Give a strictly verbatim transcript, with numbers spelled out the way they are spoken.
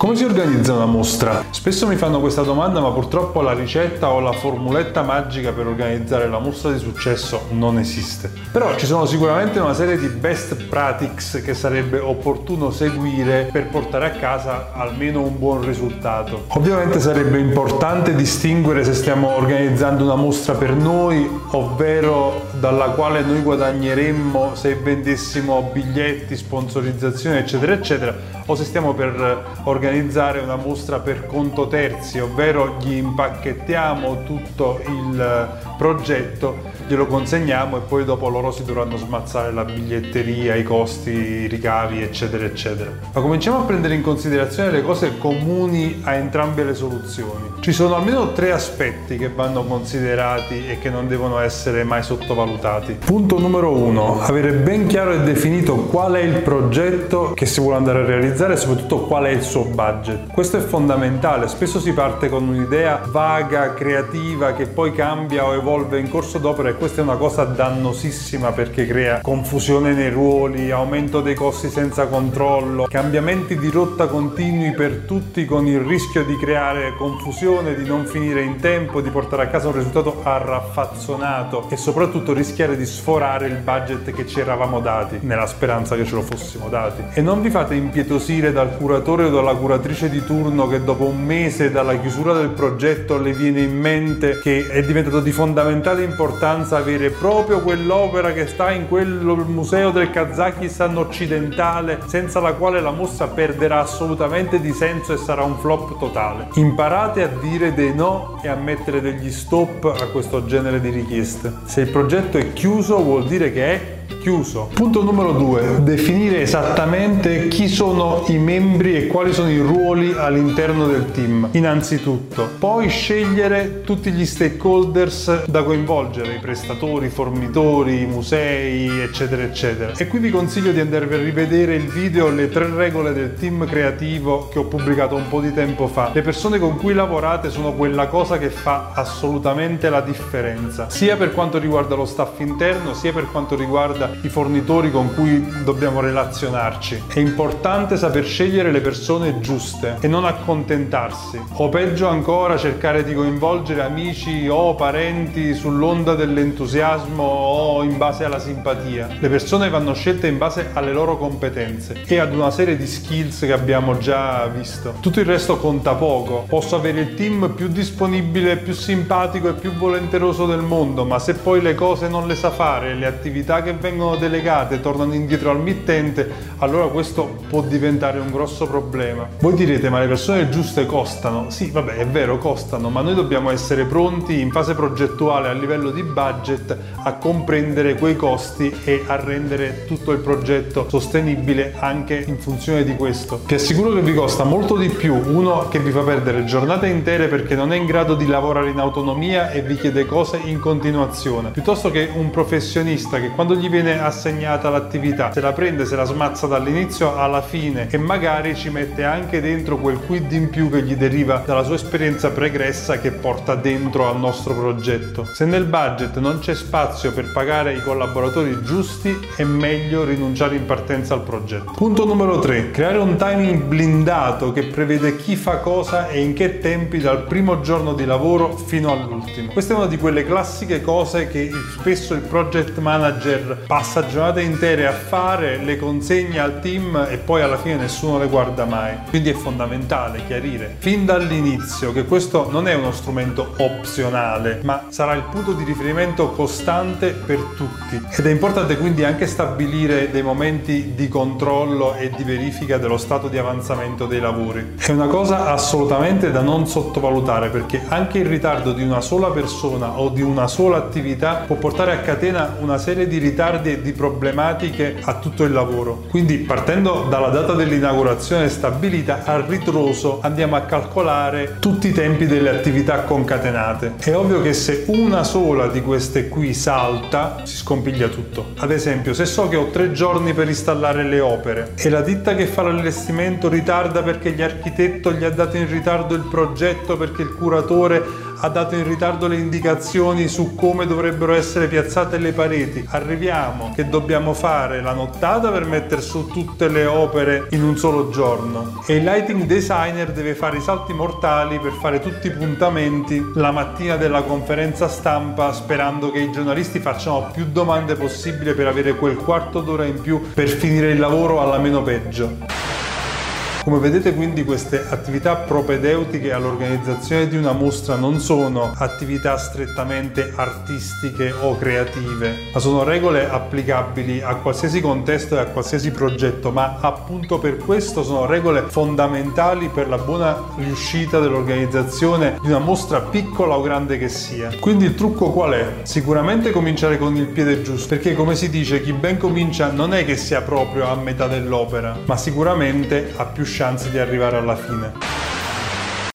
Come si organizza una mostra? Spesso mi fanno questa domanda, ma purtroppo la ricetta o la formuletta magica per organizzare la mostra di successo non esiste. Però ci sono sicuramente una serie di best practices che sarebbe opportuno seguire per portare a casa almeno un buon risultato. Ovviamente sarebbe importante distinguere se stiamo organizzando una mostra per noi, ovvero dalla quale noi guadagneremmo se vendessimo biglietti, sponsorizzazioni, eccetera eccetera, o se stiamo per organizzare una mostra per conto terzi, ovvero gli impacchettiamo tutto il progetto, glielo consegniamo e poi dopo loro si dovranno smazzare la biglietteria, i costi, i ricavi, eccetera eccetera. Ma cominciamo a prendere in considerazione le cose comuni a entrambe le soluzioni. Ci sono almeno tre aspetti che vanno considerati e che non devono essere mai sottovalutati. Punto numero uno: avere ben chiaro e definito qual è il progetto che si vuole andare a realizzare e soprattutto qual è il suo budget. Questo è fondamentale. Spesso si parte con un'idea vaga, creativa, che poi cambia o evolve in corso d'opera, e questa è una cosa dannosissima perché crea confusione nei ruoli, aumento dei costi senza controllo, cambiamenti di rotta continui per tutti, con il rischio di creare confusione, di non finire in tempo, di portare a casa un risultato arraffazzonato e soprattutto rischiare di sforare il budget che ci eravamo dati, nella speranza che ce lo fossimo dati. E non vi fate impietosire dal curatore o dalla curatrice di turno che dopo un mese dalla chiusura del progetto le viene in mente che è diventato di fondamentale importanza avere proprio quell'opera che sta in quel museo del Kazakistan occidentale, senza la quale la mostra perderà assolutamente di senso e sarà un flop totale. Imparate a dire dei no e a mettere degli stop a questo genere di richieste. Se il progetto è chiuso vuol dire che è chiuso. Punto numero due: definire esattamente chi sono i membri e quali sono i ruoli all'interno del team, innanzitutto. Poi scegliere tutti gli stakeholders da coinvolgere, i prestatori, i fornitori, i musei, eccetera eccetera. E qui vi consiglio di andare a rivedere il video Le tre regole del team creativo che ho pubblicato un po' di tempo fa. Le persone con cui lavorate sono quella cosa che fa assolutamente la differenza, sia per quanto riguarda lo staff interno, sia per quanto riguarda i fornitori con cui dobbiamo relazionarci. È importante saper scegliere le persone giuste e non accontentarsi, o peggio ancora cercare di coinvolgere amici o parenti sull'onda dell'entusiasmo o in base alla simpatia. Le persone vanno scelte in base alle loro competenze e ad una serie di skills che abbiamo già visto. Tutto il resto conta poco. Posso avere il team più disponibile, più simpatico e più volenteroso del mondo, ma se poi le cose non le sa fare, le attività che vengono delegate tornano indietro al mittente, allora questo può diventare un grosso problema. Voi direte: ma le persone giuste costano? Sì, vabbè, è vero, costano, ma noi dobbiamo essere pronti in fase progettuale a livello di budget a comprendere quei costi e a rendere tutto il progetto sostenibile anche in funzione di questo. Ti assicuro che vi costa molto di più uno che vi fa perdere giornate intere perché non è in grado di lavorare in autonomia e vi chiede cose in continuazione, piuttosto che un professionista che quando gli viene assegnata l'attività se la prende, se la smazza dall'inizio alla fine e magari ci mette anche dentro quel quid in più che gli deriva dalla sua esperienza pregressa che porta dentro al nostro progetto. Se nel budget non c'è spazio per pagare i collaboratori giusti, è meglio rinunciare in partenza al progetto. Punto numero tre: creare un timing blindato che prevede chi fa cosa e in che tempi dal primo giorno di lavoro fino all'ultimo. Questa è una di quelle classiche cose che spesso il project manager passa giornate intere a fare, le consegna al team e poi alla fine nessuno le guarda mai. Quindi è fondamentale chiarire fin dall'inizio che questo non è uno strumento opzionale, ma sarà il punto di riferimento costante per tutti. Ed è importante quindi anche stabilire dei momenti di controllo e di verifica dello stato di avanzamento dei lavori. È una cosa assolutamente da non sottovalutare, perché anche il ritardo di una sola persona o di una sola attività può portare a catena una serie di ritardi e di problematiche a tutto il lavoro. Quindi, partendo dalla data dell'inaugurazione stabilita, a ritroso andiamo a calcolare tutti i tempi delle attività concatenate. È ovvio che se una sola di queste qui salta, si scompiglia tutto. Ad esempio, se so che ho tre giorni per installare le opere e la ditta che fa l'allestimento ritarda perché l'architetto gli ha dato in ritardo il progetto perché il curatore ha dato in ritardo le indicazioni su come dovrebbero essere piazzate le pareti. Arriviamo che dobbiamo fare la nottata per mettere su tutte le opere in un solo giorno e il lighting designer deve fare i salti mortali per fare tutti i puntamenti la mattina della conferenza stampa, sperando che i giornalisti facciano più domande possibile per avere quel quarto d'ora in più per finire il lavoro alla meno peggio. Come vedete, quindi, queste attività propedeutiche all'organizzazione di una mostra non sono attività strettamente artistiche o creative, ma sono regole applicabili a qualsiasi contesto e a qualsiasi progetto, ma appunto per questo sono regole fondamentali per la buona riuscita dell'organizzazione di una mostra, piccola o grande che sia. Quindi il trucco qual è? Sicuramente cominciare con il piede giusto, perché come si dice, chi ben comincia non è che sia proprio a metà dell'opera, ma sicuramente ha più chance di arrivare alla fine.